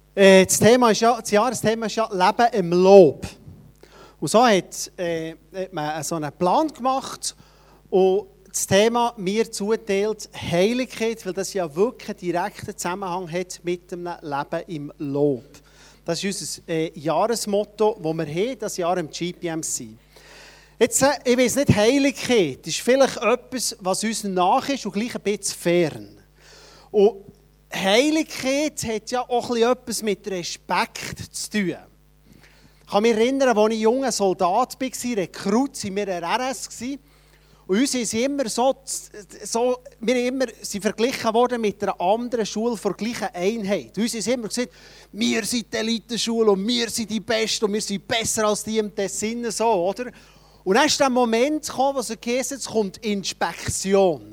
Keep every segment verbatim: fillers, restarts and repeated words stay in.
Äh, das, Thema ist ja, das Jahresthema ist ja Leben im Lob. Und so hat, äh, hat man so einen Plan gemacht und das Thema mir zuteilt Heiligkeit, weil das ja wirklich einen direkten Zusammenhang hat mit dem Leben im Lob. Das ist unser äh, Jahresmotto, das wir haben, das Jahr im G P M C. Jetzt, äh, ich weiss nicht, Heiligkeit ist vielleicht etwas, was uns nach ist und gleich ein bisschen fern. Und Heiligkeit hat ja auch etwas mit Respekt zu tun. Ich kann mich erinnern, als ich junger Soldat war, Rekrut, waren wir in R S. Und uns sind immer so, so wir sind immer sind verglichen worden mit einer anderen Schule der gleichen Einheit. Uns ist immer gesagt, wir sind die Elitenschule und wir sind die Besten und wir sind besser als die im Tessin, so, oder? Und dann ist der Moment gekommen, wo es geheißen hat, es kommt Inspektion.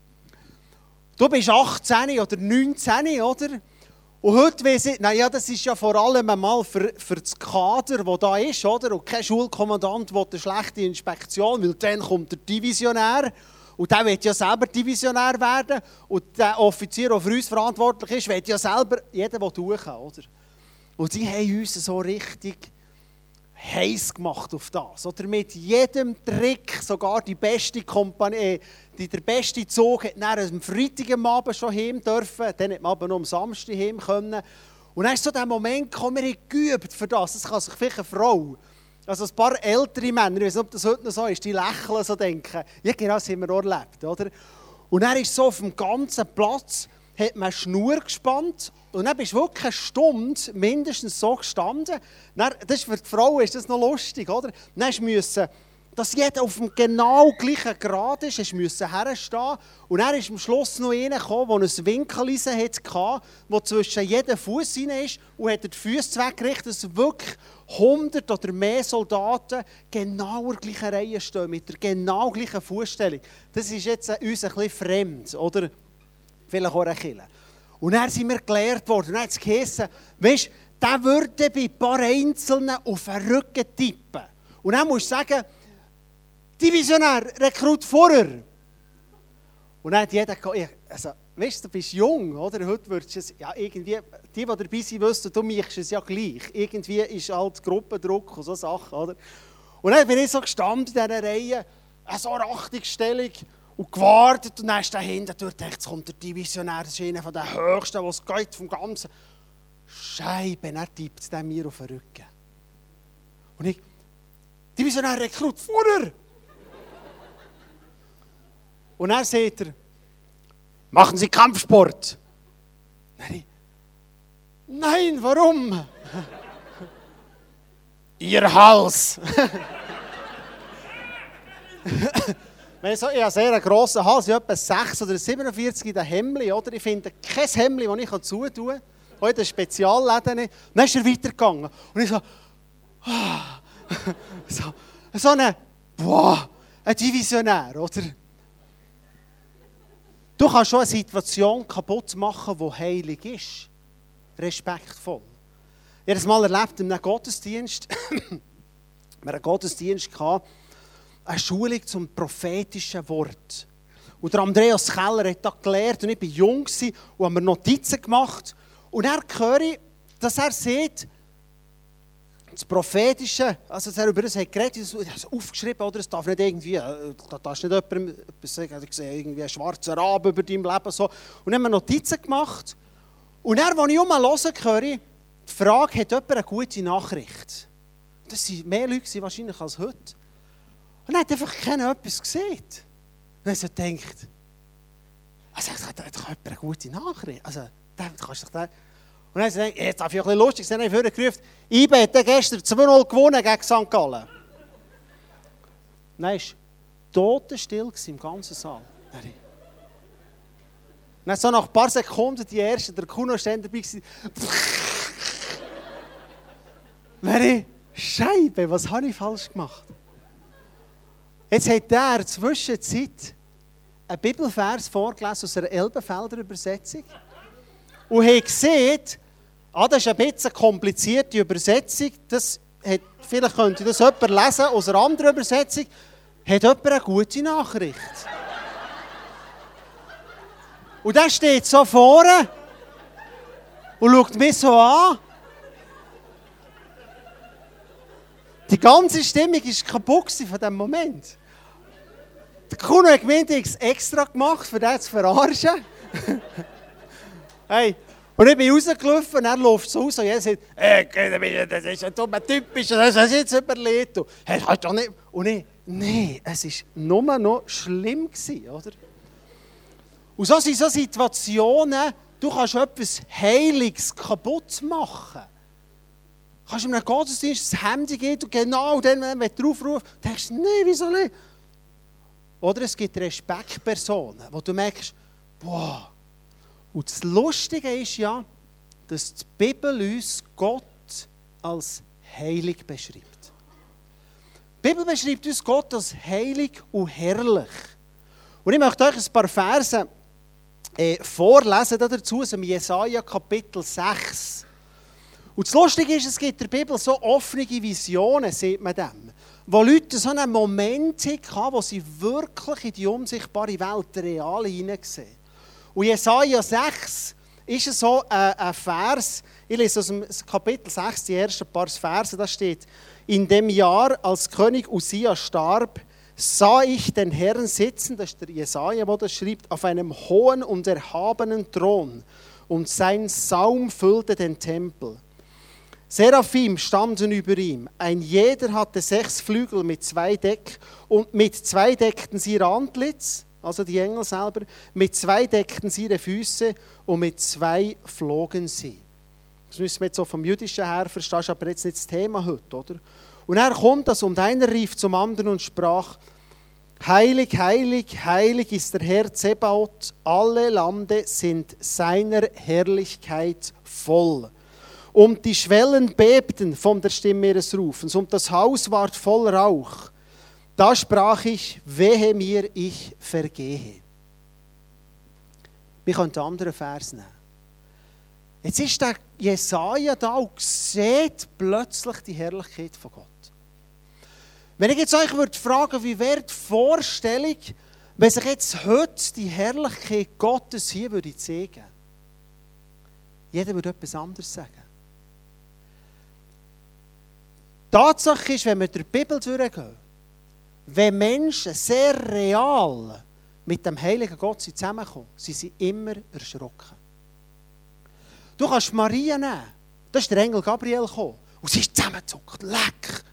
Du bist achtzehn oder neunzehn, oder? Und heute weiss ich, naja, das ist ja vor allem einmal für, für das Kader, das da ist, oder? Und kein Schulkommandant will eine schlechte Inspektion, weil dann kommt der Divisionär und der will ja selber Divisionär werden und der Offizier, der für uns verantwortlich ist, will ja selber jeden durch, oder? Und sie haben uns so richtig heiß gemacht auf das. Oder mit jedem Trick, sogar die beste Kompanie, die, der beste Zug, hat dann am Freitag am Abend schon heim dürfen, dann hat man aber noch am Samstag heim können. Und dann ist so der Moment gekommen, wir haben geübt für das. Das kann sich vielleicht eine Frau, also ein paar ältere Männer, ich weiß nicht, ob das heute noch so ist, die lächeln so denken, ja genau, das haben wir auch erlebt, oder? Und dann ist so auf dem ganzen Platz, hat man Schnur gespannt und dann bist du wirklich eine Stunde mindestens so gestanden. Dann, das ist für die Frau ist das noch lustig, oder? Dann musste, dass jeder auf dem genau gleichen Grad ist, hast musste herstehen. Und dann ist am Schluss noch einer gekommen, der ein Winkelisen hatte, der zwischen jedem Fuß rein ist und hat die Füße weggerichtet, dass wirklich hundert oder mehr Soldaten genau in der gleichen Reihe stehen, mit der genau gleichen Fußstellung. Das ist jetzt uns ein bisschen fremd, oder? Vielleicht auch ein Killer. Und dann sind wir gelehrt worden. Und dann hat es geheißen, weißt, der würde bei ein paar Einzelnen auf den Rücken tippen. Und dann musst du sagen, Divisionär, Rekrut Vorher. Und dann hat jeder gesagt, also, weißt du, du bist jung, oder? Heute würdest du es, ja, irgendwie, die, die dabei sind, wissen, du mischst es ja gleich. Irgendwie ist halt Gruppendruck und so Sachen, oder? Und dann bin ich so gestanden in dieser Reihe, so eine Achtungsstellung, und gewartet und dann ist dahinter gedacht, jetzt kommt der Divisionär, das ist einer von den Höchsten, was geht vom Ganzen. Scheibe, er tippt es mir auf den Rücken. Und ich, Divisionär Rekrut, vorher! Und dann sagt er, machen Sie Kampfsport? Nein, nein, warum? Ihr Hals! Ich habe einen sehr grossen Hals, ich habe etwa sechs oder siebenundvierzig in den Hemdli, oder? Ich finde kein Hemdli, das ich zutun kann, auch in den Spezialläden nicht. Dann ist er weitergegangen. Und ich so, so, so ein, boah, ein Divisionär, oder? Du kannst schon eine Situation kaputt machen, die heilig ist. Respektvoll. Ich habe das mal erlebt in einem Gottesdienst. Wir hatten einen Gottesdienst gehabt, eine Schulung zum prophetischen Wort. Und der Andreas Keller hat da gelehrt und ich war jung und habe mir Notizen gemacht. Und er höre ich, dass er sieht, das Prophetische, also dass er über das hat geredet, er hat es aufgeschrieben, oder? Es darf nicht irgendwie, da darfst nicht jemandem sagen, ich sehe irgendwie einen schwarzen Raben über dein Leben. So. Und dann haben wir Notizen gemacht. Und dann, als ich umhöre, höre ich, die Frage, hat jemand eine gute Nachricht? Das waren mehr Leute wahrscheinlich als heute. Und dann hat einfach keiner etwas gesehen. Und dann hat er gedacht, also, hat doch jemand eine gute Nachricht? Also, da kannst du doch da. Und dann hat er gedacht, jetzt darf ich ein bisschen lustig sein, dann habe ich gerufen, I B hat gestern zwei null gewonnen gegen Sankt Gallen. Dann war es totenstill im ganzen Saal. Dann so nach ein paar Sekunden die erste, der Kuno stand dabei. Mary, Scheibe, was habe ich falsch gemacht? Jetzt hat er in der Zwischenzeit einen Bibelvers vorgelesen aus einer Elbenfelder Übersetzung und hat gesehen, ah, das ist ein bisschen eine komplizierte Übersetzung, das hat, vielleicht könnte das jemand lesen aus einer anderen Übersetzung, hat jemand eine gute Nachricht. Und der steht so vorne und schaut mich so an. Die ganze Stimmung war kaputt von diesem Moment. Der Kuno hat gemeint, ich habe es extra gemacht, um den zu verarschen. Hey. Und ich bin rausgelaufen und er läuft so raus und er sagt, hey, das ist ein dummer Typisch, das hast du jetzt überlegt. Und, hey, hast du nicht. Und ich, nein, es war nur noch schlimm gewesen, oder? Und so sind so Situationen, du kannst etwas Heiliges kaputt machen. Du kannst in einem Gottesdienst das Handy geben und genau dann, wenn du drauf rufst, denkst du, nein, wieso nicht? Oder es gibt Respektpersonen, wo du merkst, boah. Und das Lustige ist ja, dass die Bibel uns Gott als heilig beschreibt. Die Bibel beschreibt uns Gott als heilig und herrlich. Und ich möchte euch ein paar Verse äh, vorlesen dazu, aus dem Jesaja Kapitel sechs. Und das Lustige ist, es gibt in der Bibel so offene Visionen, sieht man dem, wo Leute so einen Moment hatten, wo sie wirklich in die unsichtbare Welt real hineinsehen. Und Jesaja sechs ist so ein, ein Vers, ich lese aus dem Kapitel sechs die ersten paar Verse, da steht, in dem Jahr, als König Usia starb, sah ich den Herrn sitzen, das ist der Jesaja, der das schreibt, auf einem hohen und erhabenen Thron und sein Saum füllte den Tempel. Seraphim standen über ihm, ein jeder hatte sechs Flügel mit zwei Deck und mit zwei deckten sie ihr Antlitz, also die Engel selber, mit zwei deckten sie ihre Füße und mit zwei flogen sie. Das müssen wir jetzt so vom Jüdischen her verstehen, ist aber jetzt nicht das Thema heute, oder? Und er kommt das und einer rief zum anderen und sprach, heilig, heilig, heilig ist der Herr Zebaoth, alle Lande sind seiner Herrlichkeit voll. Und die Schwellen bebten von der Stimme ihres Rufens und das Haus ward voll Rauch. Da sprach ich, wehe mir, ich vergehe. Wir können einen anderen Vers nehmen. Jetzt ist der Jesaja da und sieht plötzlich die Herrlichkeit von Gott. Wenn ich jetzt euch würde fragen, wie wäre die Vorstellung, wenn sich jetzt heute die Herrlichkeit Gottes hier würde zeigen? Jeder würde etwas anderes sagen. Die Tatsache ist, wenn wir durch die Bibel durchgehen, wenn Menschen sehr real mit dem heiligen Gott zusammenkommen, sind sie immer erschrocken. Du kannst Maria nehmen, da ist der Engel Gabriel gekommen und sie ist zusammengezuckt, leck.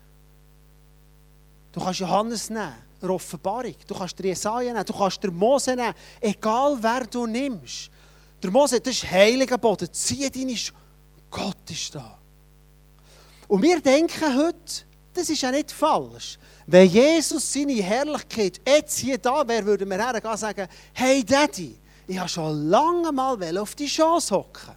Du kannst Johannes nehmen, eine Offenbarung, du kannst Jesaja nehmen, du kannst den Mose nehmen, egal wer du nimmst. Der Mose, das ist heiliger Boden, zieh deine Schuhe, Gott ist da. Und wir denken heute, das ist ja nicht falsch. Wenn Jesus seine Herrlichkeit jetzt hier da wäre, würden wir hergehen und sagen, hey Daddy, ich habe schon lange mal auf die Chance hocken.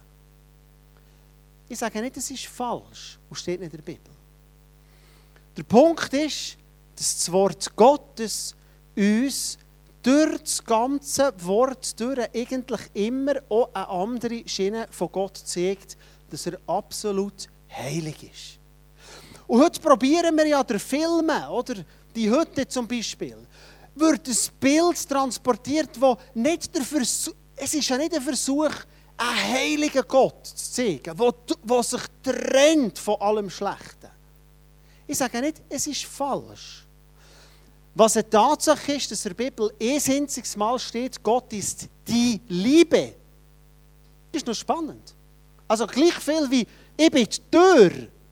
Ich sage nicht, das ist falsch und steht nicht in der Bibel. Der Punkt ist, dass das Wort Gottes uns durch das ganze Wort durch eigentlich immer auch eine andere Schiene von Gott zeigt, dass er absolut heilig ist. Und heute probieren wir ja durch Filme, oder die heute zum Beispiel, wird ein Bild transportiert, wo nicht der Versuch, es ist ja nicht ein Versuch, einen heiligen Gott zu zeigen, der sich trennt von allem Schlechten. Ich sage nicht, es ist falsch. Was eine Tatsache ist, dass in der Bibel ein einziges Mal steht, Gott ist die Liebe. Das ist noch spannend. Also gleich viel wie, ich bin die Tür.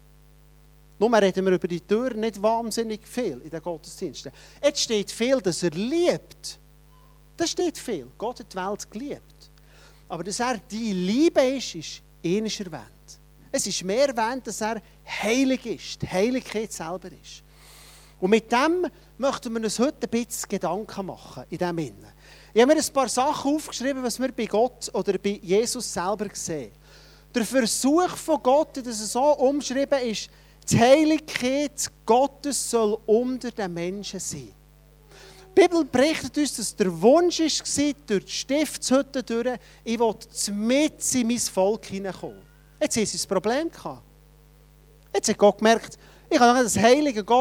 Nur reden wir über die Tür nicht wahnsinnig viel in den Gottesdiensten. Jetzt steht viel, dass er liebt. Das steht viel. Gott hat die Welt geliebt. Aber dass er die Liebe ist, ist ähnlich erwähnt. Es ist mehr erwähnt, dass er heilig ist, die Heiligkeit selber ist. Und mit dem möchten wir uns heute ein bisschen Gedanken machen, in diesem Innen. Ich habe mir ein paar Sachen aufgeschrieben, was wir bei Gott oder bei Jesus selber sehen. Der Versuch von Gott, dass es so umschrieben ist, die Heiligkeit Gottes soll unter den Menschen sein. Die Bibel berichtet uns, dass der Wunsch war, durch die Stiftshütte durch, ich will mit in mein Volk hineinkommen. Jetzt haben sie ein Problem gehabt. Jetzt hat Gott gemerkt, ich kann nicht als heiliger Gott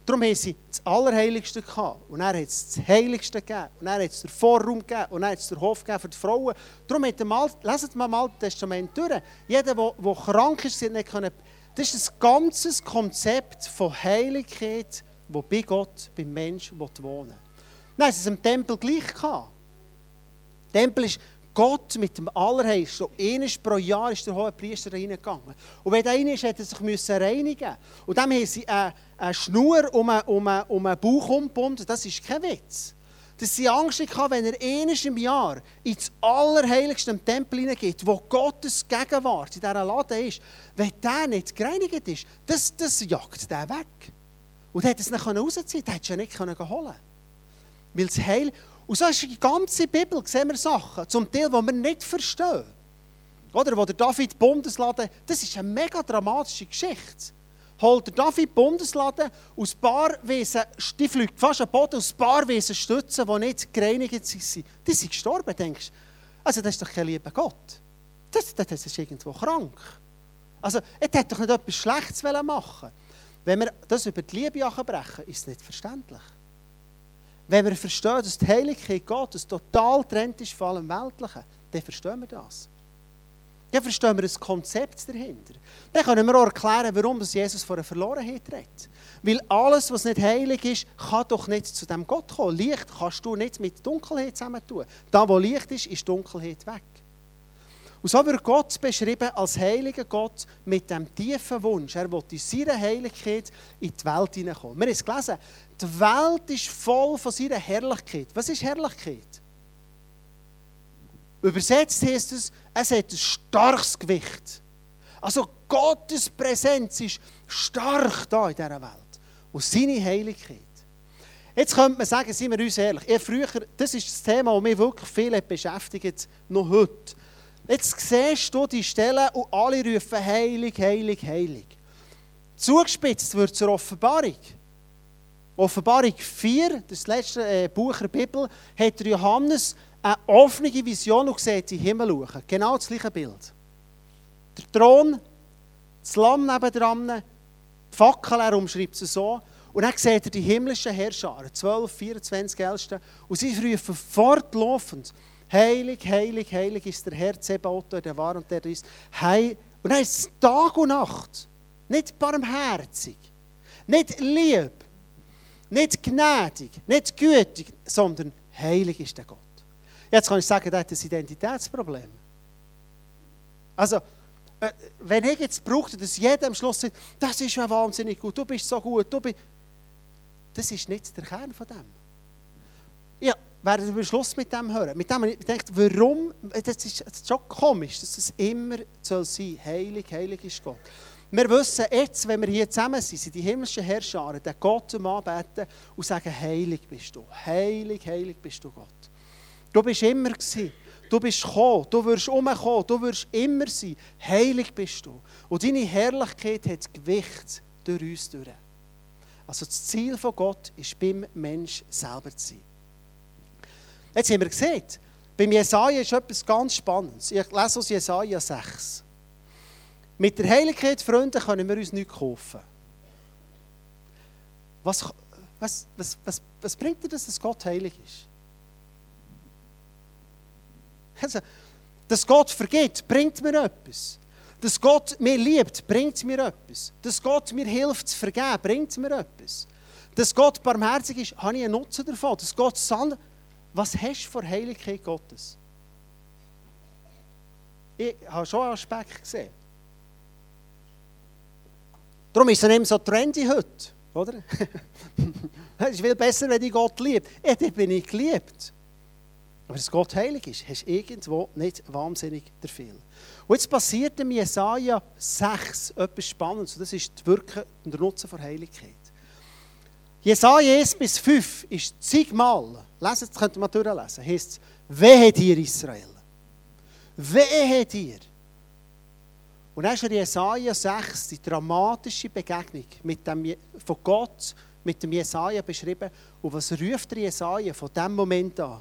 Darum haben sie das Allerheiligste gehabt. Und dann hat es das Heiligste gegeben. Und dann hat es den Vorraum gegeben. Und dann hat es den Hof gegeben für die Frauen. Darum hat mal, leset mal im Alten Testament durch. Jeder, der, der krank ist, nicht können. Das ist ein ganzes Konzept von Heiligkeit, das bei Gott, beim Menschen wohnen will. Dann haben sie es im Tempel gleich gehabt. Der Tempel ist Gott mit dem Allerheiligsten. Einmal pro Jahr ist der Hohepriester reingegangen. Und wenn er rein ist, hat er sich reinigen. Und dann haben sie eine, eine Schnur um den um um Bauch umgebunden. Das ist kein Witz. Dass sie Angst hatten, wenn er einmal im Jahr ins Allerheiligste im Tempel hineingeht, wo Gottes Gegenwart in dieser Laden ist, wenn der nicht gereinigt ist, das, das jagt der weg. Und er hätte es nicht rausziehen können, der hätte es ja nicht holen können. Weil das Heil... Und so ist die ganze Bibel, sehen wir Sachen, zum Teil, die wir nicht verstehen. Oder, wo der David Bundesladen, das ist eine mega dramatische Geschichte. Holt der David Bundesladen aus ein paar Wesen, die fliegt fast am Boden, aus ein paar Wesen Stützen, die nicht gereinigt sind. Die sind gestorben, denkst du. Also das ist doch kein lieber Gott. Das, das, das ist irgendwo krank. Also er hätte doch nicht etwas Schlechtes machen. Wenn wir das über die Liebe brechen, ist es nicht verständlich. Wenn wir verstehen, dass die Heiligkeit Gottes total getrennt ist von allem Weltlichen, dann verstehen wir das. Dann verstehen wir das Konzept dahinter. Dann können wir auch erklären, warum Jesus vor der Verlorenheit redet. Weil alles, was nicht heilig ist, kann doch nicht zu dem Gott kommen. Licht kannst du nicht mit Dunkelheit zusammentun. Da, wo Licht ist, ist Dunkelheit weg. Und so wird Gott beschrieben als heiliger Gott mit dem tiefen Wunsch. Er will in seiner Heiligkeit in die Welt hineinkommen. Wir haben es gelesen, die Welt ist voll von seiner Herrlichkeit. Was ist Herrlichkeit? Übersetzt heisst es, es hat ein starkes Gewicht. Also Gottes Präsenz ist stark da in dieser Welt. Und seine Heiligkeit. Jetzt könnte man sagen, seien wir uns ehrlich, ich früher, das ist das Thema, das mich wirklich viel beschäftigt, noch heute. Jetzt siehst du die Stellen und alle rufen heilig, heilig, heilig. Zugespitzt wird zur Offenbarung. Offenbarung vier, das letzte äh, Buch der Bibel, hat Johannes eine offene Vision und sieht in den Himmel schauen. Genau das gleiche Bild. Der Thron, das Lamm nebendran, die Fackel, er umschreibt es so. Und dann sieht er die himmlischen Herrscher, zwölf, vierundzwanzig Ältesten, und sie rufen fortlaufend, heilig, heilig, heilig ist der Herr Zebaoth, der war und der ist. Heil. Und dann ist es Tag und Nacht. Nicht barmherzig, nicht lieb, nicht gnädig, nicht gütig, sondern heilig ist der Gott. Jetzt kann ich sagen, das ist ein Identitätsproblem. Also, äh, wenn ich jetzt brauchte, dass jeder am Schluss sagt, das ist ja wahnsinnig gut, du bist so gut, du bist... Das ist nicht der Kern von dem. Ja, werden wir Schluss mit dem hören. Mit dem ich denke, warum, das ist, das ist schon komisch, dass es immer soll sein, heilig, heilig ist Gott. Wir wissen jetzt, wenn wir hier zusammen sind, sind die himmlischen Herrscher, den Gott anbeten und sagen, heilig bist du, heilig, heilig bist du Gott. Du bist immer gewesen, du bist gekommen, du wirst umkommen, du wirst immer sein, heilig bist du. Und deine Herrlichkeit hat Gewicht durch uns durch. Also das Ziel von Gott ist, beim Mensch selber zu sein. Jetzt haben wir gesehen, beim Jesaja ist etwas ganz Spannendes. Ich lese aus Jesaja sechs. Mit der Heiligkeit, Freunde, können wir uns nichts kaufen. Was, was, was, was, was bringt dir das, dass Gott heilig ist? Also, dass Gott vergibt, bringt mir etwas. Dass Gott mir liebt, bringt mir etwas. Dass Gott mir hilft zu vergeben, bringt mir etwas. Dass Gott barmherzig ist, habe ich einen Nutzen davon. Dass Gott sandt. Was hast du vor Heiligkeit Gottes? Ich habe schon einen Aspekt gesehen. Darum ist es nicht so trendy heute, oder? Es ist viel besser, wenn ich Gott liebt. Ja, dann bin ich geliebt. Aber dass Gott heilig ist, hast du irgendwo nicht wahnsinnig viel. Und jetzt passiert im Jesaja sechs etwas Spannendes. Und das ist die Wirkung und der Nutzen von Heiligkeit. Jesaja eins bis fünf ist zigmal, lesen, das könnt ihr mal durchlesen, heisst es, wehe dir Israel. Wehe dir. Und dann ist in Jesaja sechs die dramatische Begegnung mit dem, von Gott mit dem Jesaja beschrieben. Und was ruft der Jesaja von diesem Moment an?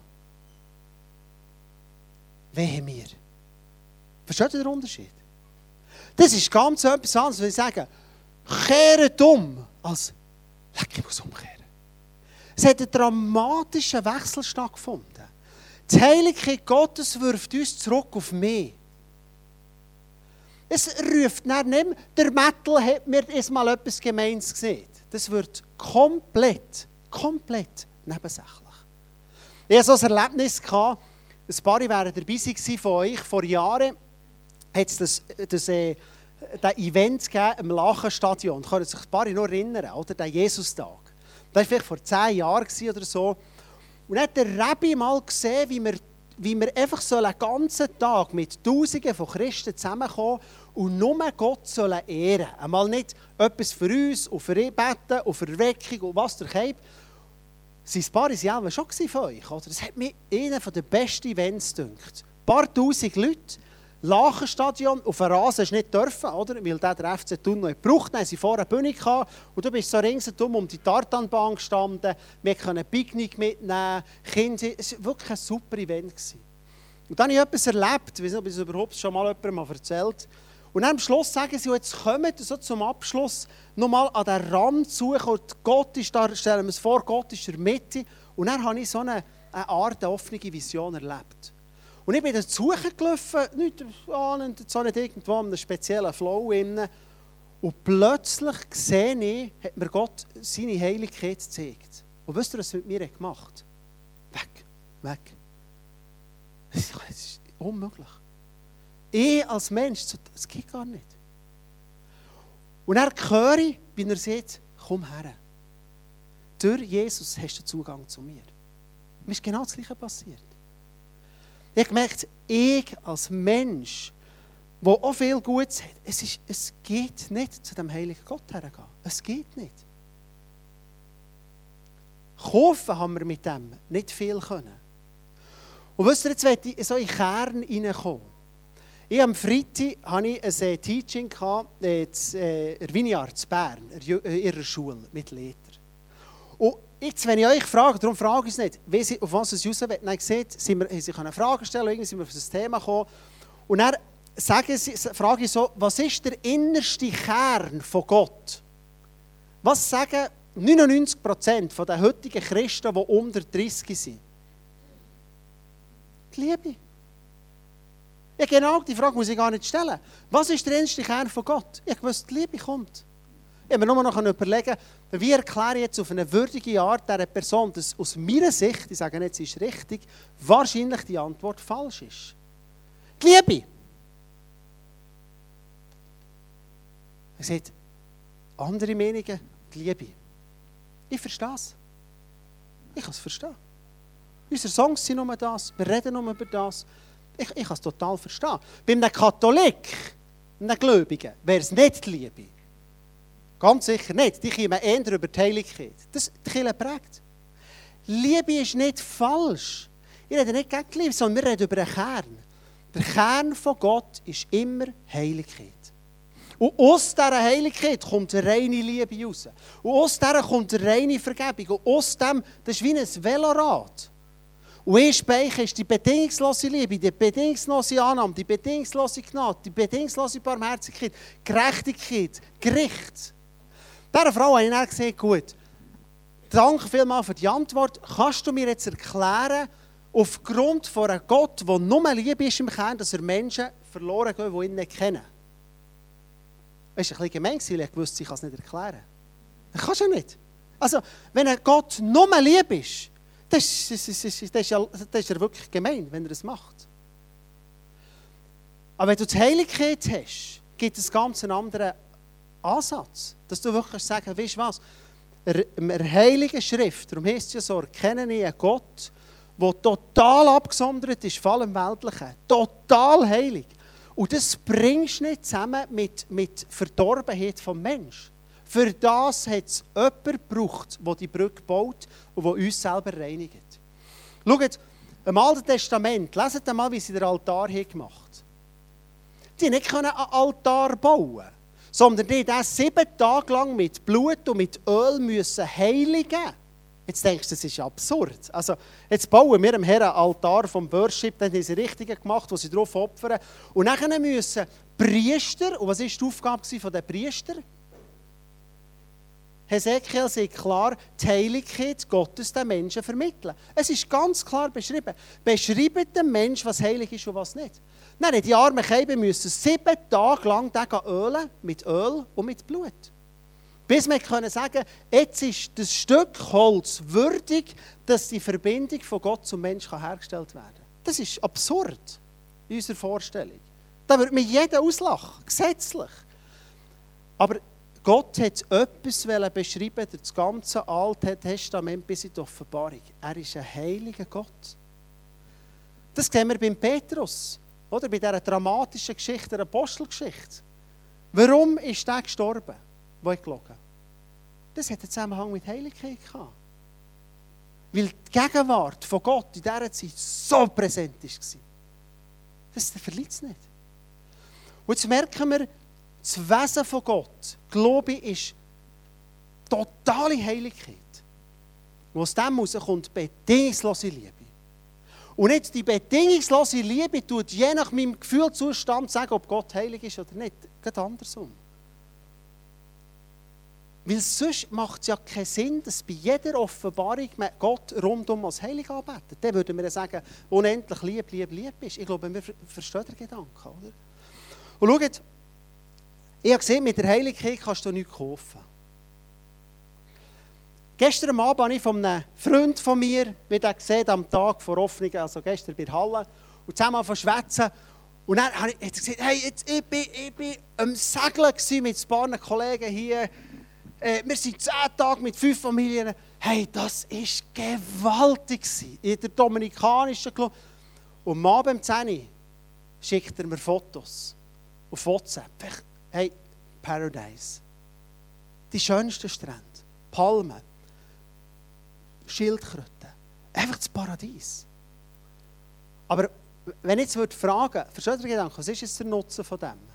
Wehe mir. Versteht ihr den Unterschied? Das ist ganz etwas anderes, wenn ich sage, kehret um, als ich muss umkehren. Es hat einen dramatischen Wechsel stattgefunden. Die Heiligkeit Gottes wirft uns zurück auf mich. Es ruft nicht mehr, der Mettel hat mir einmal etwas Gemeins gesehen. Das wird komplett, komplett nebensächlich. Ich hatte so ein Erlebnis, ein paar waren dabei von euch, vor Jahren hat es das, das, äh, das Event gegeben im Lachenstadion. Da können sich ein paar noch erinnern, oder? Der Jesus-Tag. Das war vielleicht vor zehn Jahren oder so. Und dann hat der Rabbi mal gesehen, wie wir, wie wir einfach so einen ganzen Tag mit Tausenden von Christen zusammenkommen und nur Gott sollen ehren. Einmal nicht etwas für uns und für ihn beten und für Erweckung und was der Keib. Das war ein paar Jahre schon von euch. Oder? Das hat mir einer der besten Events gedacht. Ein paar tausend Leute, Lachenstadion, auf den Rasen nicht dürfen, oder? Weil der, der F C Thun noch gebraucht hat. Dann hatten sie vorher eine Bühne gehabt, und du bist so ringsherum um die Tartanbahn gestanden. Wir konnten ein Picknick mitnehmen, Kinder. Es war wirklich ein super Event. Und dann habe ich etwas erlebt, ich weiß nicht, ob ich es überhaupt schon mal jemandem mal erzählt. Und dann am Schluss sagen sie, jetzt kommen so zum Abschluss nochmal an den Rand suchen. Gott ist da, stellen wir uns vor, Gott ist in der Mitte. Und dann habe ich so eine, eine Art, eine offene Vision erlebt. Und ich bin dann suchen nicht ahnend, so nicht irgendwo in einem speziellen Flow. Drin. Und plötzlich sehe ich, hat mir Gott seine Heiligkeit gezeigt. Und wisst ihr, was er mit mir gemacht hat? Weg, weg. Das ist unmöglich. Ich als Mensch, das geht gar nicht. Und dann höre ich, wie er sagt, komm her. Durch Jesus hast du Zugang zu mir. Mir ist genau das Gleiche passiert. Ich habe gemerkt, ich als Mensch, der auch viel Gutes hat, es, ist, es geht nicht, zu dem heiligen Gott hergehen. Es geht nicht. Kaufen haben wir mit dem nicht viel können. Und wisst ihr, jetzt möchte ich so in den Kern hineinkommen. Ich am Freitag hatte ich ein Teaching in der Vineyard in Bern, in ihrer Schule mit Lehrern. Und jetzt, wenn ich euch frage, darum frage ich es nicht, wie sie, auf was es raus will, dann seht, sind wir, sie können Fragen stellen, irgendwie sind wir auf das Thema gekommen. Und dann sagen sie, frage ich so, was ist der innerste Kern von Gott? Was sagen neunundneunzig Prozent der heutigen Christen, die unter dreißig sind? Die Liebe. Ja, genau, die Frage muss ich gar nicht stellen. Was ist der innerste Kern von Gott? Ich wusste, die Liebe kommt. Ich habe mir nur noch überlegen, wie erkläre ich jetzt auf eine würdige Art dieser Person, dass aus meiner Sicht, ich sage nicht, sie ist richtig, wahrscheinlich die Antwort falsch ist. Die Liebe. Er sagt, andere Meinungen, die Liebe. Ich verstehe es. Ich kann es verstehen. Unsere Songs sind nur das, wir reden nur über das. Ich, ich kann es total verstehen. Bei einem Katholik, einem Gläubigen, wäre es nicht die Liebe. Ganz sicher nicht. Die kommen eher über die Heiligkeit. Das die Kirche prägt. Liebe ist nicht falsch. Ich rede nicht gegen die Liebe, sondern wir reden über den Kern. Der Kern von Gott ist immer Heiligkeit. Und aus dieser Heiligkeit kommt eine reine Liebe raus. Und aus dieser kommt eine reine Vergebung. Und aus dem, das ist wie ein Velorad. Und ein Speicher ist die bedingungslose Liebe, die bedingungslose Annahme, die bedingungslose Gnade, die bedingungslose Barmherzigkeit, Gerechtigkeit, Gericht. Dieser Frau habe ich dann gesagt, gut, danke vielmals für die Antwort. Kannst du mir jetzt erklären, aufgrund von einem Gott, der nur Liebe ist im Kern, dass er Menschen verloren gehen, die ihn nicht kennen? Das war ein bisschen gemein, weil ich wusste, ich kann es nicht erklären. Das kannst du nicht. Also, wenn ein Gott nur Liebe ist, Das ist, das, ist, das, ist ja, das ist ja wirklich gemein, wenn er das macht. Aber wenn du die Heiligkeit hast, gibt es ganz einen anderen Ansatz. Dass du wirklich sagen kannst, weißt du was? In der Heiligen Schrift, darum heisst es ja so, erkenne ich einen Gott, der total abgesondert ist von allem Weltlichen. Total heilig. Und das bringst du nicht zusammen mit, mit Verdorbenheit des Menschen. Für das hat es jemanden gebraucht, der die Brücke baut und der uns selber reinigt. Schaut, im Alten Testament, leset mal, wie sie den Altar haben gemacht haben. Die nicht einen Altar bauen, sondern die mussten sieben Tage lang mit Blut und mit Öl müssen heiligen. Jetzt denkst du, das ist absurd. Also, jetzt bauen wir dem Herrn einen Altar vom Worship, dann haben sie Richtigen gemacht, wo sie darauf opfern. Und dann müssen Priester, und was war die Aufgabe der Priester? Hesekiel sagt klar, die Heiligkeit Gottes den Menschen vermitteln. Es ist ganz klar beschrieben. Beschreibt dem Menschen, was heilig ist und was nicht. Dann die armen Kälber müssen sieben Tage lang ölen, mit Öl und mit Blut. Bis wir können sagen, jetzt ist das Stück Holz würdig, dass die Verbindung von Gott zum Menschen hergestellt werden kann. Das ist absurd in unserer Vorstellung. Da würde mir jeder auslachen, gesetzlich. Aber Gott hat etwas beschrieben, das ganze Alte Testament bis in die Offenbarung. Er ist ein heiliger Gott. Das sehen wir beim Petrus, oder? Bei dieser dramatischen Geschichte, der Apostelgeschichte. Warum ist er gestorben, wo er gelogen hat? Das hat einen Zusammenhang mit Heiligkeit gehabt. Weil die Gegenwart von Gott in dieser Zeit so präsent war. Das verliert es nicht. Und jetzt merken wir, das Wesen von Gott, Glaube ich, ist totale Heiligkeit. Und aus dem heraus kommt bedingungslose Liebe. Und nicht die bedingungslose Liebe tut je nach meinem Gefühlszustand sagen, ob Gott heilig ist oder nicht. Geht andersrum. Weil sonst macht es ja keinen Sinn, dass bei jeder Offenbarung man Gott rundum als heilig anbetet. Dann würden wir sagen, unendlich lieb, lieb, lieb ist. Ich glaube, wir verstehen den Gedanken, oder? Und schaut, ich habe gesehen, mit der Heiligkeit kannst du nichts kaufen. Gestern Abend habe ich von einem Freund von mir, wie er gesehen am Tag vor Hoffnung, also gestern bei der Halle, und zusammen angefangen zu schwätzen. Und dann habe ich gesagt, hey, jetzt, ich bin, ich bin am Segeln mit ein paar Kollegen hier. Äh, wir sind zehn Tage mit fünf Familien. Hey, das war gewaltig in der dominikanischen Club. Und am Abend um zehn Uhr schickt er mir Fotos auf WhatsApp. Hey, Paradise. Die schönsten Strände, Palmen, Schildkröten. Einfach das Paradies. Aber wenn ich jetzt fragen würde, versteht ihr den Gedanken, was ist jetzt der Nutzen von dem?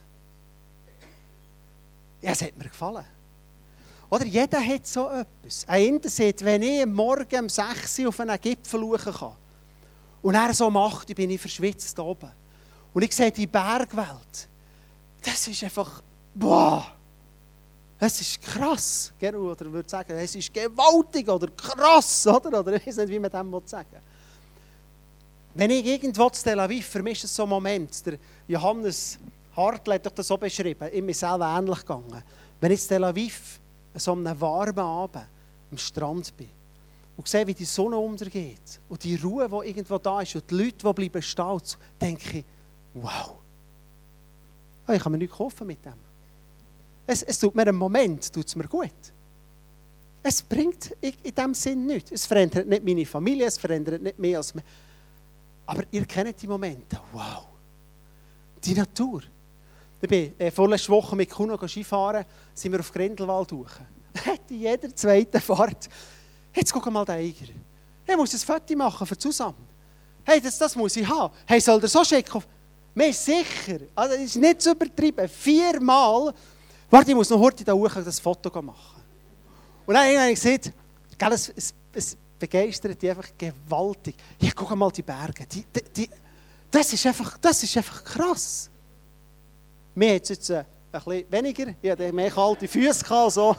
Ja, es hat mir gefallen. Oder jeder hat so etwas. Ein Inder sagt, wenn ich am Morgen um sechs Uhr auf einen Gipfel schauen kann und er so macht, bin ich verschwitzt da oben. Und ich sehe die Bergwelt. Das ist einfach, boah, es ist krass. Oder würde sagen, es ist gewaltig oder krass, oder? Oder ich weiß nicht, wie man das sagen will. Wenn ich irgendwo zu Tel Aviv, für mich ist es so ein Moment, der Johannes Hartl hat doch das so beschrieben, ich bin selber ähnlich gegangen. Wenn ich in Tel Aviv an so einem warmen Abend am Strand bin und sehe, wie die Sonne untergeht und die Ruhe, die irgendwo da ist und die Leute, die bleiben stehen, denke ich, wow, ich kann mir nichts kaufen mit dem. Es, es tut mir einen Moment, tut es mir gut. Es bringt in, in diesem Sinn nichts. Es verändert nicht meine Familie, es verändert nicht mehr als mich. Aber ihr kennt die Momente, wow, die Natur. Ich bin äh, vorletzte Woche mit Kuno Skifahren, sind wir auf Grindelwald hoch. In jeder zweiten Fahrt, jetzt guck mal den Eiger. Ich muss ein Foto machen für zusammen. Hey, das, das muss ich haben. Hey, soll der so schicken? Mir ist sicher, also das ist nicht zu übertrieben, viermal, warte, ich muss noch heute da hoch das Foto machen. Und dann habe ich gesagt, es, es, es begeistert dich einfach gewaltig. Ja, guck mal die Berge, die, die, die, das, ist einfach, das ist einfach krass. Mir hat es jetzt ein bisschen weniger, ich hatte mehr kalte Füße gehabt, so.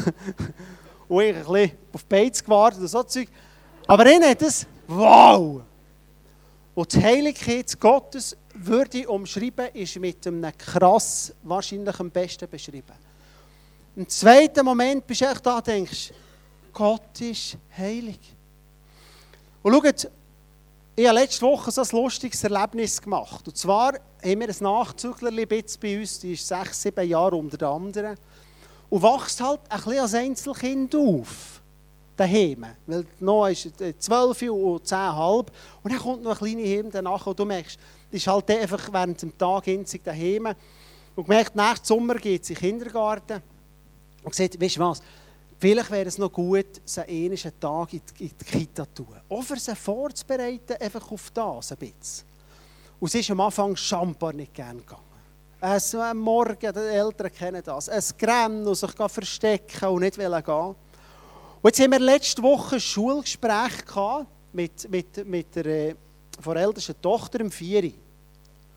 Und ich ein bisschen auf die Beiz gewartet und so Zeug. Aber ihnen hat es, wow! Und die Heiligkeit Gottes, würde ich umschreiben, ist mit einem krass, wahrscheinlich am besten beschrieben. Im zweiten Moment bist du echt da und denkst, Gott ist heilig. Und schaut, ich habe letzte Woche so ein lustiges Erlebnis gemacht. Und zwar haben wir ein Nachzüglerli bei uns, die ist sechs, sieben Jahre unter anderem. Und wächst halt ein bisschen als Einzelkind auf. Daheim. Weil Noah ist zwölf und zehn Komma fünf. Und dann kommt noch ein kleiner Heim danach. Und du merkst, das ist halt einfach während dem Tag einzig daheim. Und merkt, nächsten Sommer geht sie in den Kindergarten. Und sagt, weißt du was? Vielleicht wäre es noch gut, sie einen Tag in die, in die Kita zu tun. Auch für sie vorzubereiten, einfach auf das ein bisschen. Und sie ist am Anfang Champagner nicht gerne gegangen. Es, am Morgen, die Eltern kennen das, ein Grennen und sich verstecken und nicht gehen. Und jetzt haben wir letzte Woche ein Schulgespräch gehabt mit, mit, mit der, äh, von der ältesten Tochter, im Vieri.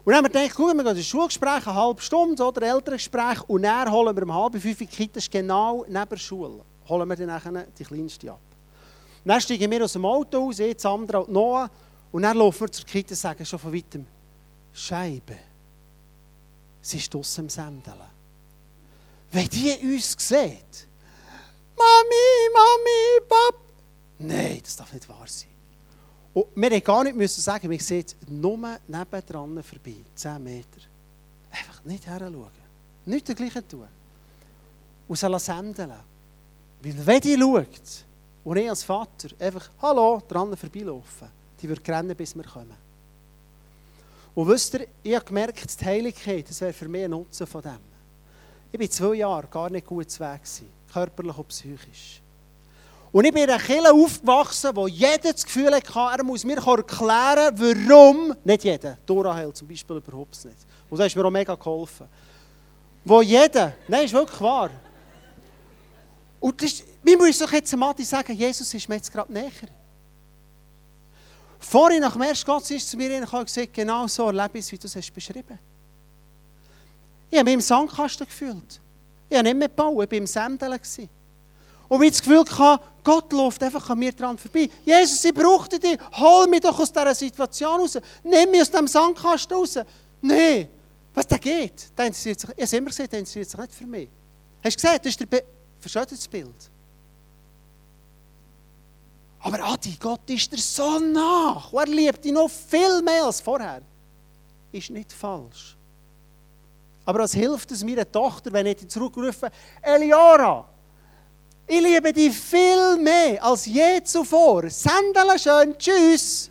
Und dann haben wir gedacht, schau, wir gehen ins Schulgespräch, eine halbe Stunde, oder Elterngespräch, und dann holen wir um halb fünf in die Kita, genau neben der Schule, holen wir dann nachher die Kleinste ab. Und dann steigen wir aus dem Auto aus, ich, Sandra und Noah, und dann laufen wir zur Kita und sagen schon von weitem, Scheibe, sie ist draussen am Sendeln. Wenn die uns sieht, Mami, Mami, Pap, nein, das darf nicht wahr sein. Und wir mussten gar nicht sagen, wir sehen nur nebendran vorbei, zehn Meter. Einfach nicht heranschauen, nichts dergleichen tun. Und sie sendeln. Weil wenn die schaut, und ich als Vater einfach, hallo, dran vorbeilaufen, die wird rennen, bis wir kommen. Und wisst ihr, ich habe gemerkt, die Heiligkeit, das wäre für mich ein Nutzen von dem. Ich war zwei Jahre gar nicht gut zu Weg, körperlich und psychisch. Und ich bin in einer Kirche aufgewachsen, wo jeder das Gefühl hatte, er muss mir erklären, warum, nicht jeder, Dora zum Beispiel überhaupt nicht. Und das hat mir auch mega geholfen. Wo jeder, nein, ist wirklich wahr. Und das, wir müssen doch jetzt Matti sagen, Jesus ist mir jetzt gerade näher. Vorhin nach dem ersten Gottesdienst zu mir gekommen und gesagt, genau so erlebe ich es, wie du es hast beschrieben. Ich habe mich im Sandkasten gefühlt. Ich habe nicht mehr gebaut, ich war im Sendeln. Und ich das Gefühl hatte, Gott läuft einfach an mir dran vorbei. Jesus, ich brauchte dich, hol mich doch aus dieser Situation raus. Nimm mich aus diesem Sandkasten raus. Nein, was da geht, der interessiert sich, ich habe es immer gesagt, der interessiert sich nicht für mich. Hast du gesehen, das ist der Be- versteht das Bild? Aber Adi, Gott ist dir so nach. Und er liebt dich noch viel mehr als vorher. Ist nicht falsch. Aber was hilft es meiner Tochter, wenn ich zurückrufe, Eliora, ich liebe dich viel mehr als je zuvor. Sendele schön, tschüss.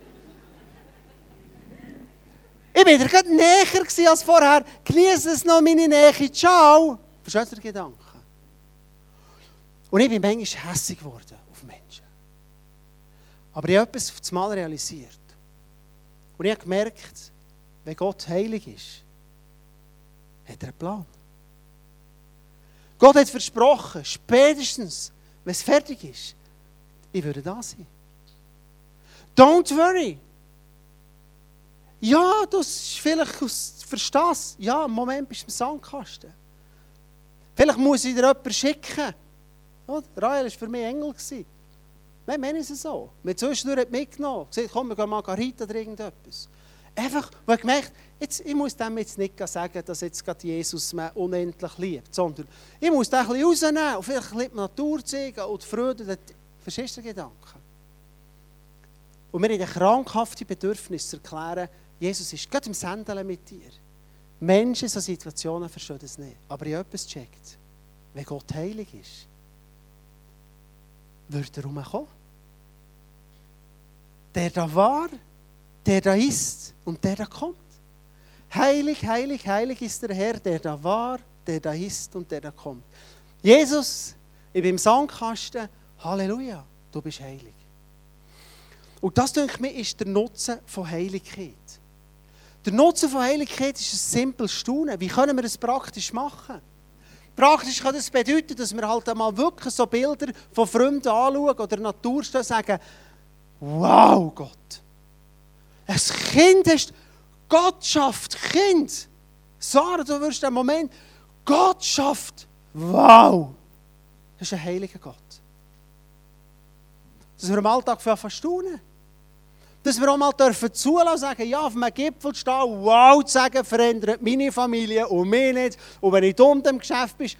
Ich war dir gerade näher als vorher. Genieße es noch, meine Nähe. Ciao. Verstehst du den Gedanken? Und ich bin manchmal hässig geworden auf Menschen. Aber ich habe etwas auf das Mal realisiert. Und ich habe gemerkt, wenn Gott heilig ist, hat er einen Plan. Gott hat versprochen, spätestens, wenn es fertig ist, ich würde da sein. Don't worry. Ja, du vielleicht verstehst. Ja, im Moment bist du im Sandkasten. Vielleicht muss ich dir jemanden schicken. Rahel war für mich Engel. Nein, meine ich es so. Mit zwischendurch hat mitgenommen. Gesagt, komm, wir gehen Margarita oder irgendetwas. Einfach, weil ich gemerkt, jetzt, ich muss dem jetzt nicht sagen, dass jetzt gerade Jesus mich unendlich liebt, sondern ich muss den ein bisschen rausnehmen und vielleicht ein bisschen die Natur zeigen und die Freude. Verstehst du den Gedanken? Und wir haben das krankhafte Bedürfnis zu erklären, Jesus ist gerade im Sendeln mit dir. Menschen in solchen Situationen verstehen das nicht. Aber ich habe etwas gecheckt. Wenn Gott heilig ist, wird er herumkommen. Der da war, der da ist und der da kommt. Heilig, heilig, heilig ist der Herr, der da war, der da ist und der da kommt. Jesus, ich bin im Sandkasten, Halleluja, du bist heilig. Und das, denke ich mir, ist der Nutzen von Heiligkeit. Der Nutzen von Heiligkeit ist ein simples Staunen. Wie können wir das praktisch machen? Praktisch kann das bedeuten, dass wir halt einmal wirklich so Bilder von Fremden anschauen oder Natur stehen und sagen, wow, Gott. Ein Kind ist, Gott schafft Kind. Sarah, du wirst den Moment, Gott schafft, wow. Das ist ein heiliger Gott. Dass wir im Alltag verstaunen. Dass wir auch mal dürfen zulassen und sagen, ja, auf einem Gipfel stehen, wow, zu sagen, verändert meine Familie und mich nicht. Und wenn ich dumm im Geschäft bin,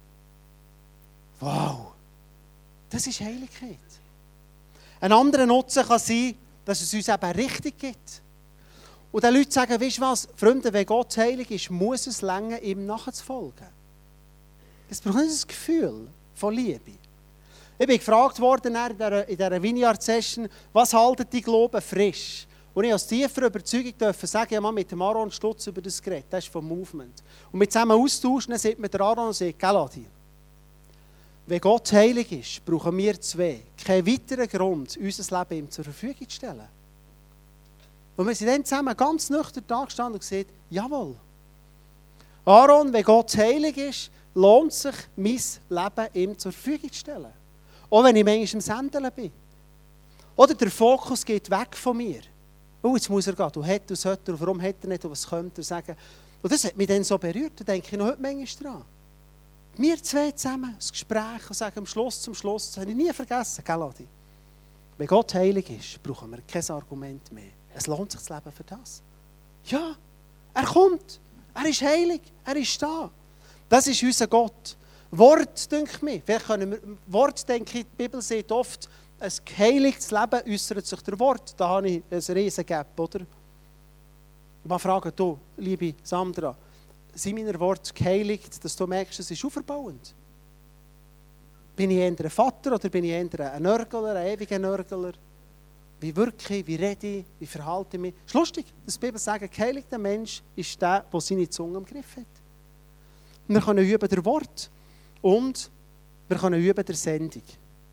wow, das ist Heiligkeit. Ein anderer Nutzen kann sein, dass es uns eben richtig gibt. Und dann Leute sagen, weißt du was, Freunde, wenn Gott heilig ist, muss es länger, ihm nachzufolgen. Es braucht nicht das Gefühl von Liebe. Ich bin gefragt worden in dieser, in dieser Vineyard-Session, was haltet die Glauben frisch? Und ich als tiefer Überzeugung dürfen sagen, ja, mal mit dem Aaron Stutz über das Gerät, das ist vom Movement. Und mit zusammen austauschen, dann sagt mir der Aaron und sagt, gell Adi, wenn Gott heilig ist, brauchen wir zwei keinen weiteren Grund, unser Leben ihm zur Verfügung zu stellen. Und wir sind dann zusammen ganz nüchtern da gestanden und gesagt, jawohl. Aaron, wenn Gott heilig ist, lohnt sich, mein Leben ihm zur Verfügung zu stellen. Auch wenn ich manchmal im Sendeln bin. Oder der Fokus geht weg von mir. Oh, jetzt muss er gehen. Du hättest, was sollte er, warum hätte er nicht, und was könnte er sagen. Und das hat mich dann so berührt, da denke ich noch heute manchmal dran. Wir zwei zusammen, das Gespräch und sagen am Schluss zum Schluss, das habe ich nie vergessen, gell Adi? Wenn Gott heilig ist, brauchen wir kein Argument mehr. Es lohnt sich das Leben für das. Ja, er kommt, er ist heilig, er ist da. Das ist unser Gott. Wort, denke ich mir. Vielleicht können wir, Wort, denke ich, die Bibel sagt oft, ein geheiligtes Leben äußert sich der Wort. Da habe ich ein riesen Gap, oder? Ich will fragen, du, liebe Sandra, sind meine Worte geheiligt, dass du merkst, es ist auferbauend? Bin ich eher ein Vater oder bin ich eher ein Nörgler, ein ewiger Nörgler? Wie wirke ich, wie rede ich, wie verhalte ich mich? Es ist lustig, dass die Bibel sagt, ein geheiligter Mensch ist der, der seine Zunge im Griff hat. Wir können üben der Wort und wir können üben der Sendung.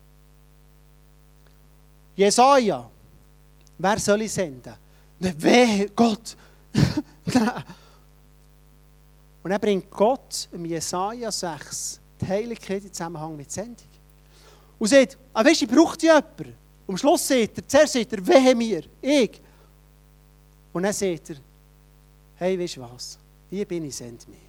Jesaja, wer soll ich senden? Wehe, Gott! Und dann bringt Gott im Jesaja sechs die Heiligkeit im Zusammenhang mit Sendung. Und sagt, ah, weißt du, ich brauche jemanden. Am Schluss sagt er, zuerst sagt er, wehe mir, ich. Und dann sagt er, hey, weißt du was, hier bin ich, send mich.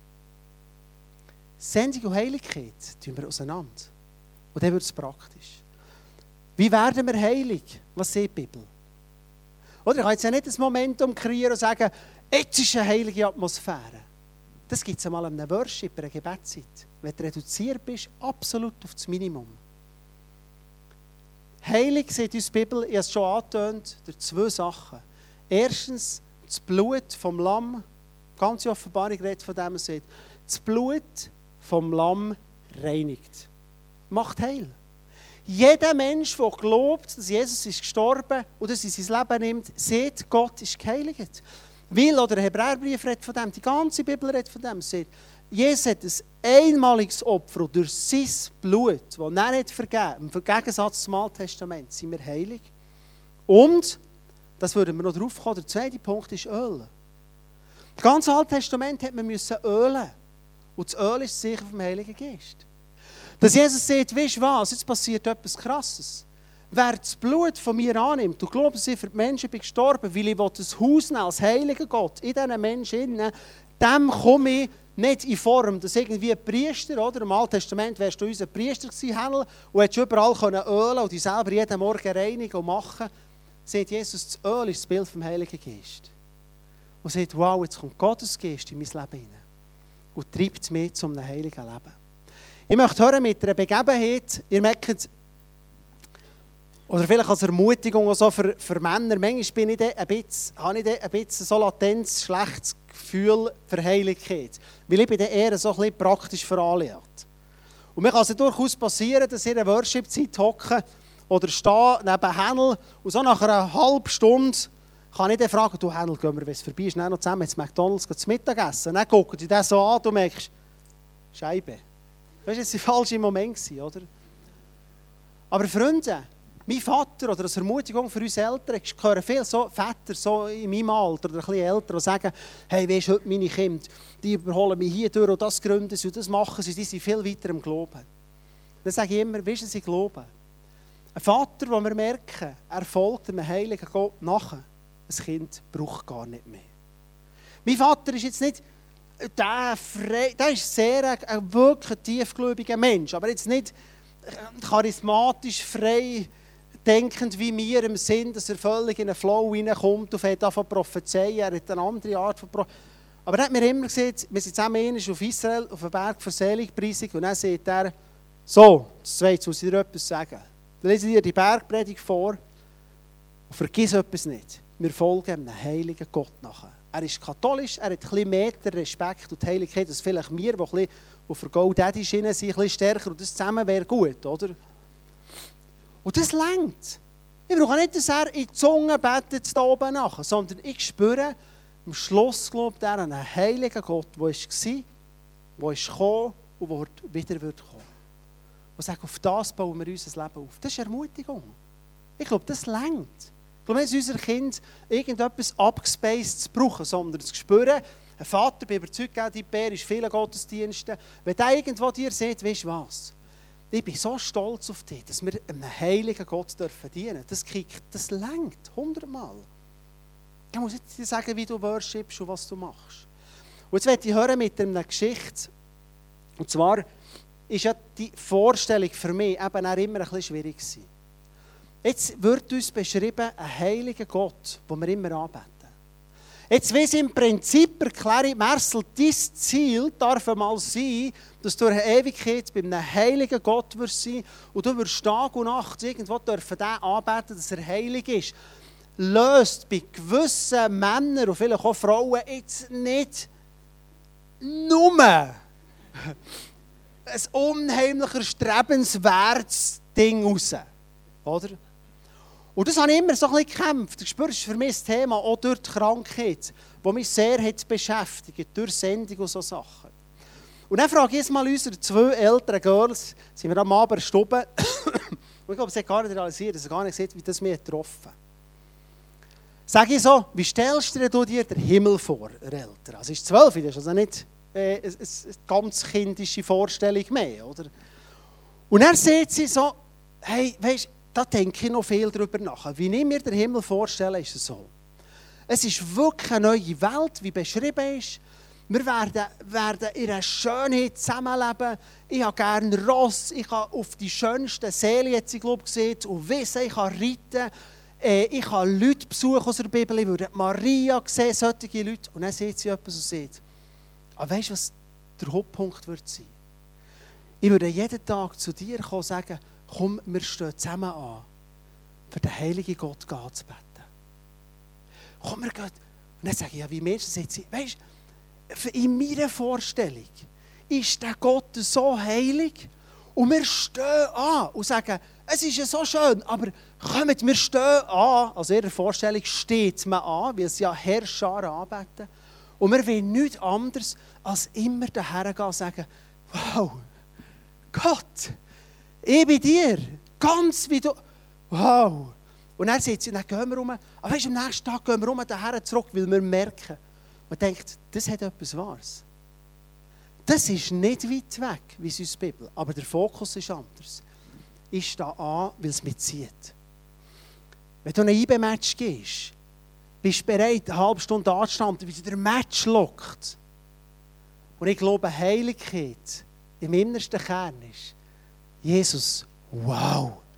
Sendung und Heiligkeit tun wir auseinander. Und dann wird es praktisch. Wie werden wir heilig? Was sagt die Bibel? Oder ich kann jetzt ja nicht das Momentum kreieren und sagen, jetzt ist eine heilige Atmosphäre. Das gibt es einmal in einem Worship, in einer Gebetszeit. Wenn du reduziert bist, absolut auf das Minimum. Heilig, sagt uns die Bibel, ich habe es schon angetönt, durch zwei Sachen. Erstens, das Blut vom Lamm, die ganze Offenbarung redet von dem, sagt, das Blut vom Lamm reinigt. Macht heil. Jeder Mensch, der glaubt, dass Jesus ist gestorben und dass er sein Leben nimmt, sieht, Gott ist geheiligt. Weil, oder der Hebräerbrief redet von dem, die ganze Bibel redet von dem, sagt, Jesus hat ein einmaliges Opfer und durch sein Blut, das er nicht vergeben, im Gegensatz zum Alten Testament, sind wir heilig. Und, das würden wir noch drauf kommen, der zweite Punkt ist Öl. Das ganze Alte Testament hat man müssen ölen. Und das Öl ist sicher vom Heiligen Geist. Dass Jesus sagt, weißt du was, jetzt passiert etwas Krasses. Wer das Blut von mir annimmt und glaubt, dass ich für die Menschen bin gestorben, weil ich das Haus nehmen als heiliger Gott in diesen Menschen, dem komme ich nicht in Form, dass irgendwie ein Priester, oder? Im Alten Testament wärst du unser Priester gewesen, Händel, und hättest überall können ölen und dich selber jeden Morgen reinigen und machen. Sagt Jesus, das Öl ist das Bild vom Heiligen Geist. Und sagt, wow, jetzt kommt Gottes Geist in mein Leben hinein und treibt mich zu einem heiligen Leben. Ich möchte hören mit einer Begebenheit, ihr merkt, oder vielleicht als Ermutigung auch so für, für Männer, manchmal bin ich da ein bisschen, habe ich da ein bisschen so latentes, schlechtes Gefühl für Heiligkeit. Weil ich bin da eher so ein bisschen praktisch veranlagt. Und mir kann es ja durchaus passieren, dass ich in einer Worship-Zeit hocke oder stehe neben Händel und so nach einer halben Stunde kann ich dann fragen, du Händel, gehen wir, wenn es vorbei ist, noch zusammen ins McDonalds zu Mittag essen. Dann gucken die das so an, du merkst, Scheibe. Das war jetzt der falsche Moment, oder? Aber Freunde, mein Vater oder als Ermutigung für uns Eltern, ich höre viele so Väter so in meinem Alter oder ein bisschen älter, die sagen, hey, weisst du, heute meine Kinder, die überholen mich hier durch und das gründen sie und das machen sie, die sind viel weiter im Glauben. Dann sage ich immer, weisst du, sie glauben. Ein Vater, den wir merken, er folgt einem heiligen Gott nach. Ein Kind braucht gar nicht mehr. Mein Vater ist jetzt nicht der, frei, der ist sehr ein, ein wirklich tiefgläubiger Mensch, aber jetzt nicht charismatisch, frei denkend wie wir im Sinn, dass er völlig in einen Flow hineinkommt und fängt an zu prophezeien. Er hat eine andere Art von Pro Aber er hat mir immer gesagt, wir sind zusammen auf Israel, auf dem Berg für Seligpreisung und dann sagt er, so, das Zweite, muss ich dir etwas sagen. Dann lese ich dir die Bergpredigt vor und vergiss etwas nicht. Wir folgen einem heiligen Gott nachher. Er ist katholisch, er hat ein bisschen mehr Respekt und Heiligkeit als vielleicht wir, die, ein die für Gold-Daddy-Schienen sind, ein bisschen stärker und das zusammen wäre gut, oder? Und das reicht. Ich brauche nicht, dass er in die Zunge betet, da oben nachher, sondern ich spüre, am Schluss glaubt er an einen heiligen Gott, der war, der ist gekommen und der wieder kommen wird. Und sagt, auf das bauen wir unser Leben auf. Das ist Ermutigung. Ich glaube, das reicht. Ich glaube nicht, dass unser Kind irgendetwas abgespaced brauchen, sondern zu spüren, ein Vater, bin überzeugt, die Bär ist viele Gottesdienste. Wenn der irgendwo dir sieht, weißt du was? Ich bin so stolz auf dich, dass wir einem heiligen Gott dienen dürfen. Das kickt, das lenkt hundertmal. Ich muss jetzt dir sagen, wie du worshipst und was du machst. Und jetzt möchte ich hören mit einer Geschichte. Und zwar ist ja die Vorstellung für mich eben auch immer ein bisschen schwierig gewesen. Jetzt wird uns beschrieben ein heiliger Gott, den wir immer anbeten. Jetzt weiss ich im Prinzip, erkläre ich, Marcel, dein Ziel darf einmal sein, dass du in der Ewigkeit bei einem heiligen Gott wirst sein und du wirst Tag und Nacht irgendwo dürfen den anbeten, dass er heilig ist. Löst bei gewissen Männern und vielleicht auch Frauen jetzt nicht nur ein unheimlicher, strebenswertes Ding raus. Oder? Und das habe ich immer so ein bisschen gekämpft. Du spürst, für mich das Thema, auch durch die Krankheit, das mich sehr hat beschäftigt, durch Sendung und so Sachen. Und dann frage ich jetzt mal unsere zwei älteren Girls, sind wir am Abend in der Stube, und ich glaube, sie hat gar nicht realisiert, sie hat gar nicht gesehen, wie das mich getroffen hat. Sag ich so, wie stellst du dir den Himmel vor, älter? Also ist zwölf, das ist also nicht äh, eine, eine ganz kindische Vorstellung mehr, oder? Und dann sieht sie so, hey, weisst, da denke ich noch viel darüber nach. Wie ich mir den Himmel vorstelle, ist es so. Es ist wirklich eine neue Welt, wie beschrieben ist. Wir werden, werden in einer Schönheit zusammenleben. Ich habe gerne Ross, ich kann auf die schönsten Seelen jetzt, ich glaube, gesehen und wissen, ich kann reiten. Ich habe Leute besuchen aus der Bibel, ich würde Maria sehen, solche Leute. Und dann sieht sie etwas und sagt, aber weißt du, was der Hauptpunkt wird sein? Ich würde jeden Tag zu dir kommen und sagen, komm, wir stehen zusammen an, für den heiligen Gott anzubeten. Komm, wir gehen. Und dann sage ich, ja, wie Menschen sagt sie, weißt du, in meiner Vorstellung ist der Gott so heilig und wir stehen an und sagen, es ist ja so schön, aber kommt, wir stehen an. Also in ihrer Vorstellung steht man an, weil sie ja Herrscher anbeten. Und wir wollen nichts anderes, als immer daher gehen und sagen, wow, Gott, ich bin dir, ganz wie du. Wow. Und dann sagt sie, dann gehen wir rum. Aber weißt, am nächsten Tag gehen wir rum daher zurück, weil wir merken, man denkt, das hat etwas Wahres. Das ist nicht weit weg, wie es uns die Bibel, aber der Fokus ist anders. Ich stehe an, weil es mich zieht. Wenn du in ein I B-Match gehst, bist du bereit, eine halbe Stunde anzustanden, wie der Match lockt. Und ich glaube, Heiligkeit im innersten Kern ist, Jesus, wow,